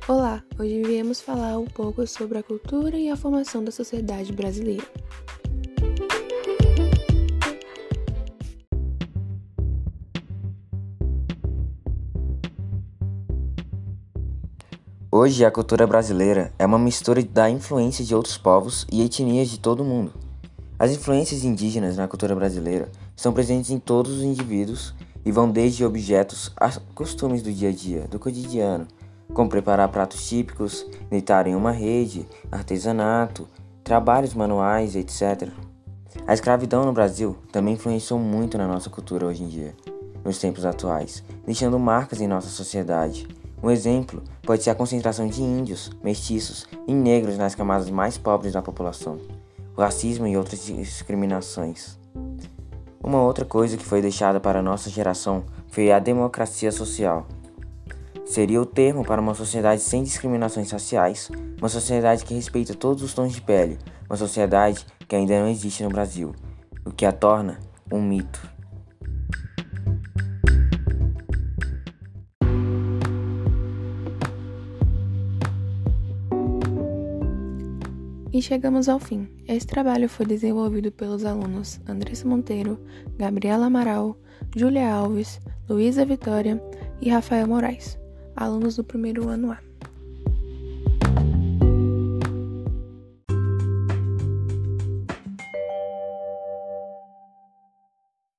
Olá, hoje viemos falar um pouco sobre a cultura e a formação da sociedade brasileira. Hoje, a cultura brasileira é uma mistura da influência de outros povos e etnias de todo o mundo. As influências indígenas na cultura brasileira estão presentes em todos os indivíduos e vão desde objetos a costumes do dia a dia, do cotidiano, como preparar pratos típicos, deitar em uma rede, artesanato, trabalhos manuais, etc. A escravidão no Brasil também influenciou muito na nossa cultura hoje em dia, nos tempos atuais, deixando marcas em nossa sociedade. Um exemplo pode ser a concentração de índios, mestiços e negros nas camadas mais pobres da população, o racismo e outras discriminações. Uma outra coisa que foi deixada para a nossa geração foi a democracia social. Seria o termo para uma sociedade sem discriminações raciais, uma sociedade que respeita todos os tons de pele, uma sociedade que ainda não existe no Brasil, o que a torna um mito. E chegamos ao fim. Esse trabalho foi desenvolvido pelos alunos Andressa Monteiro, Gabriela Amaral, Júlia Alves, Luísa Vitória e Rafael Moraes, alunos do primeiro ano A.